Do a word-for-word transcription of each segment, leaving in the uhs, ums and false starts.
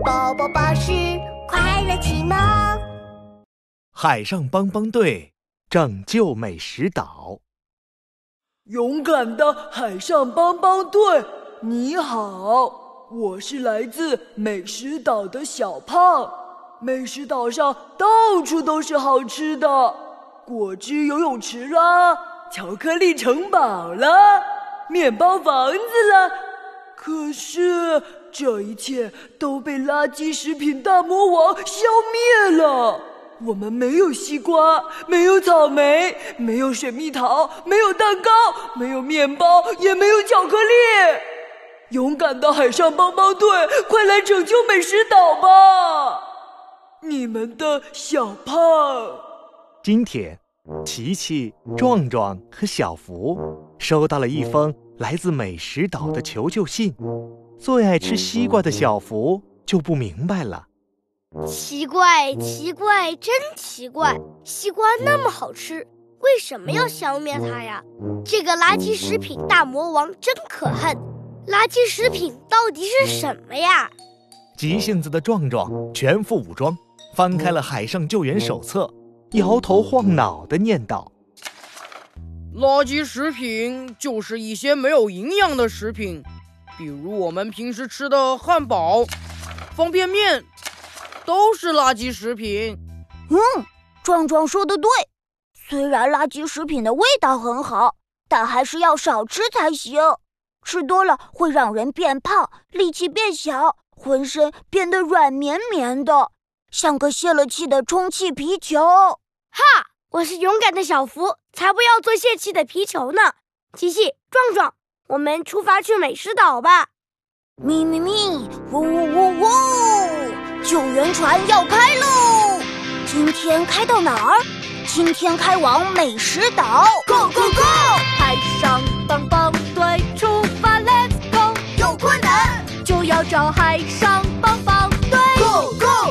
宝宝巴士快乐启蒙。 海上帮帮队拯救美食岛。 勇敢的海上帮帮队，你好，我是来自美食岛的小胖。美食岛上到处都是好吃的，果汁游泳池啦，巧克力城堡啦，面包房子啦。可是这一切都被垃圾食品大魔王消灭了。我们没有西瓜，没有草莓，没有水蜜桃，没有蛋糕，没有面包，也没有巧克力。勇敢的海上帮帮队，快来拯救美食岛吧！你们的小胖。 今天琪琪、壮壮和小福收到了一封来自美食岛的求救信。最爱吃西瓜的小福就不明白了。 奇怪奇怪真奇怪，西瓜那么好吃，为什么要消灭它呀？这个垃圾食品大魔王真可恨。垃圾食品到底是什么呀？ 急性子的壮壮全副武装，翻开了海上救援手册，摇头晃脑地念道： 垃圾食品就是一些没有营养的食品，比如我们平时吃的汉堡、方便面，都是垃圾食品。 嗯，壮壮说得对，虽然垃圾食品的味道很好，但还是要少吃才行。吃多了会让人变胖，力气变小，浑身变得软绵绵的，像个泄了气的充气皮球。 哈，我是勇敢的小福，才不要做泄气的皮球呢。琪琪、壮壮，我们出发去美食岛吧。 咪咪咪，呜呜呜呜，救援船要开喽！今天开到哪儿？今天开往美食岛 ，Go Go Go！ 海上帮帮队出发 ，Let's go！ 有困难就要找海上帮帮队 ，Go Go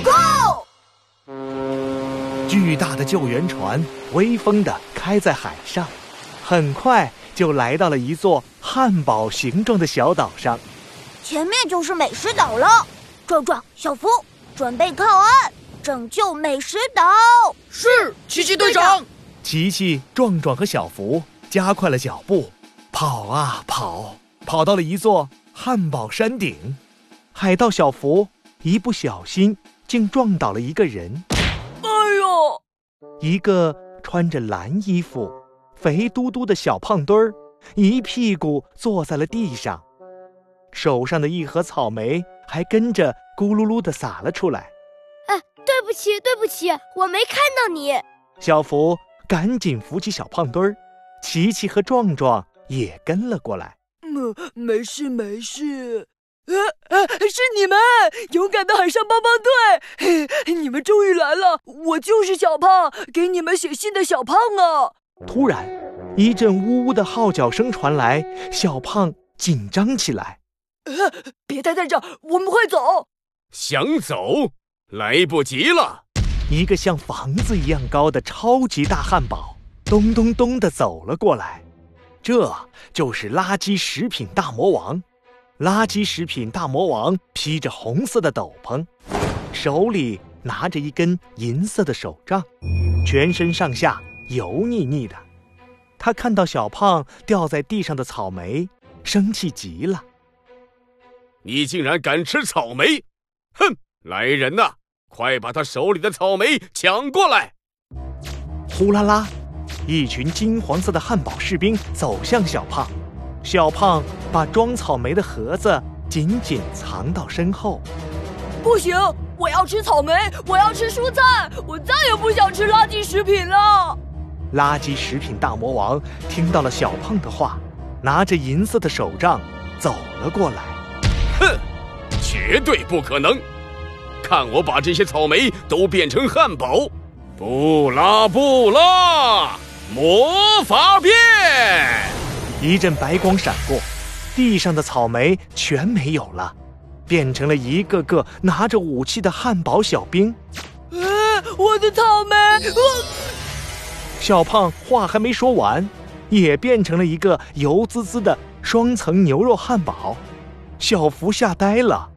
Go！ 巨大的救援船威风地开在海上，很快就来到了一座汉堡形状的小岛上。 前面就是美食岛了，壮壮、小福准备靠岸，拯救美食岛。 是，琪琪队长。 琪琪、壮壮和小福加快了脚步，跑啊跑，跑到了一座汉堡山顶。海盗小福一不小心竟撞倒了一个人。 哎呦！ 一个穿着蓝衣服、肥嘟嘟的小胖墩儿，一屁股坐在了地上。手上的一盒草莓还跟着咕噜噜地洒了出来。 哎，对不起对不起，我没看到你。 小福赶紧扶起小胖墩儿，琪琪和壮壮也跟了过来。 嗯，没事没事。呃呃，是你们，勇敢的海上帮帮队，嘿，你们终于来了，我就是小胖，给你们写信的小胖啊。 突然一阵呜呜的号角声传来，小胖紧张起来。 呃，别待在这儿，我们快走。 想走，来不及了。 一个像房子一样高的超级大汉堡咚咚咚地走了过来。这就是垃圾食品大魔王。垃圾食品大魔王披着红色的斗篷，手里拿着一根银色的手杖，全身上下油腻腻的。他看到小胖掉在地上的草莓，生气极了。 你竟然敢吃草莓！哼，来人呐，快把他手里的草莓抢过来！ 呼啦啦，一群金黄色的汉堡士兵走向小胖。小胖把装草莓的盒子紧紧藏到身后。 不行，我要吃草莓，我要吃蔬菜，我再也不想吃垃圾食品了。 垃圾食品大魔王听到了小胖的话，拿着银色的手杖走了过来。 哼，绝对不可能！看我把这些草莓都变成汉堡！不拉不拉，魔法变！ 一阵白光闪过，地上的草莓全没有了，变成了一个个拿着武器的汉堡小兵。 呃，我的草莓！呃、 小胖话还没说完，也变成了一个油滋滋的双层牛肉汉堡。小福吓呆了，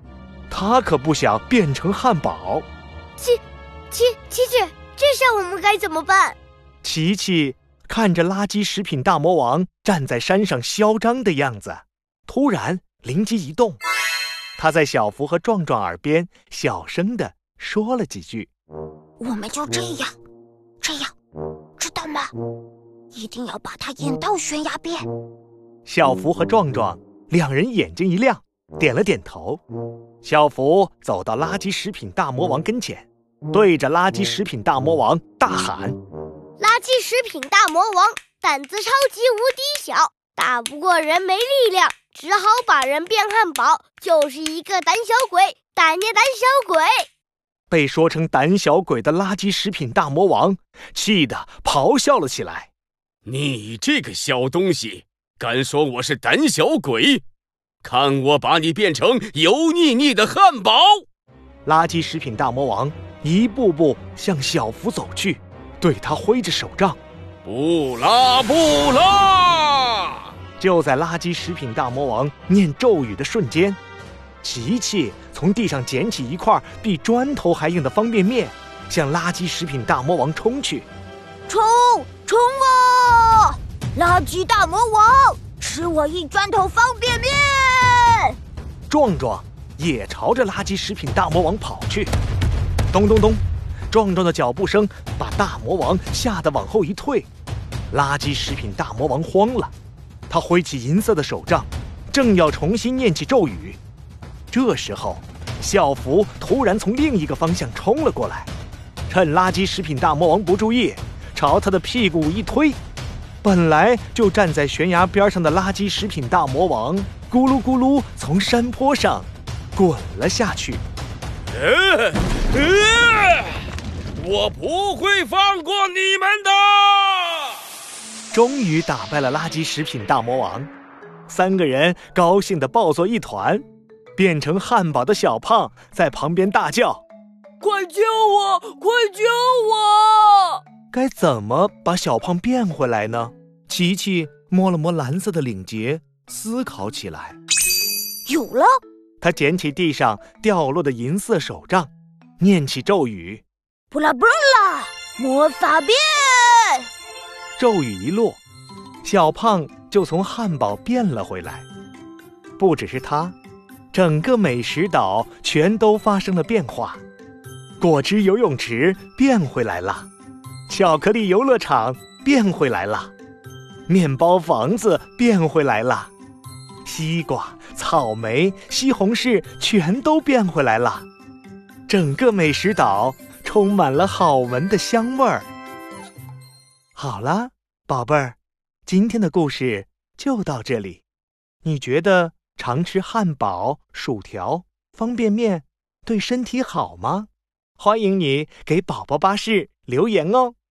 他可不想变成汉堡。 琪琪琪琪，这下我们该怎么办？ 琪琪看着垃圾食品大魔王站在山上嚣张的样子，突然灵机一动，他在小福和壮壮耳边小声地说了几句：“ 我们就这样，这样，知道吗？一定要把它引到悬崖边。” 小福和壮壮两人眼睛一亮，点了点头。小福走到垃圾食品大魔王跟前，对着垃圾食品大魔王大喊：“ 垃圾食品大魔王胆子超级无敌小，打不过人没力量，只好把人变汉堡，就是一个胆小鬼，胆呀胆小鬼！” 被说成胆小鬼的垃圾食品大魔王气得咆哮了起来：“ 你这个小东西，敢说我是胆小鬼？看我把你变成油腻腻的汉堡！” 垃圾食品大魔王一步步向小福走去，对他挥着手杖：“ 不拉不拉！” 就在垃圾食品大魔王念咒语的瞬间，琪琪从地上捡起一块比砖头还硬的方便面，向垃圾食品大魔王冲去。 冲冲啊！垃圾大魔王，吃我一砖头方便面！ 壮壮也朝着垃圾食品大魔王跑去。咚咚咚，壮壮的脚步声把大魔王吓得往后一退。垃圾食品大魔王慌了，他挥起银色的手杖，正要重新念起咒语。这时候，小福突然从另一个方向冲了过来，趁垃圾食品大魔王不注意，朝他的屁股一推。本来就站在悬崖边上的垃圾食品大魔王咕噜咕噜从山坡上滚了下去。 呃呃，我不会放过你们的！ 终于打败了垃圾食品大魔王，三个人高兴地抱作一团。变成汉堡的小胖在旁边大叫：“ 快救我！快救我！” 该怎么把小胖变回来呢？琪琪摸了摸蓝色的领结，思考起来。 有了！ 他捡起地上掉落的银色手杖，念起咒语：“ 布拉布拉，魔法变！” 咒语一落，小胖就从汉堡变了回来。不只是他，整个美食岛全都发生了变化。果汁游泳池变回来了，巧克力游乐场变回来了，面包房子变回来了，西瓜、草莓、西红柿全都变回来了。整个美食岛充满了好闻的香味儿。好啦，宝贝儿，今天的故事就到这里。你觉得常吃汉堡、薯条、方便面对身体好吗？欢迎你给宝宝巴士留言哦。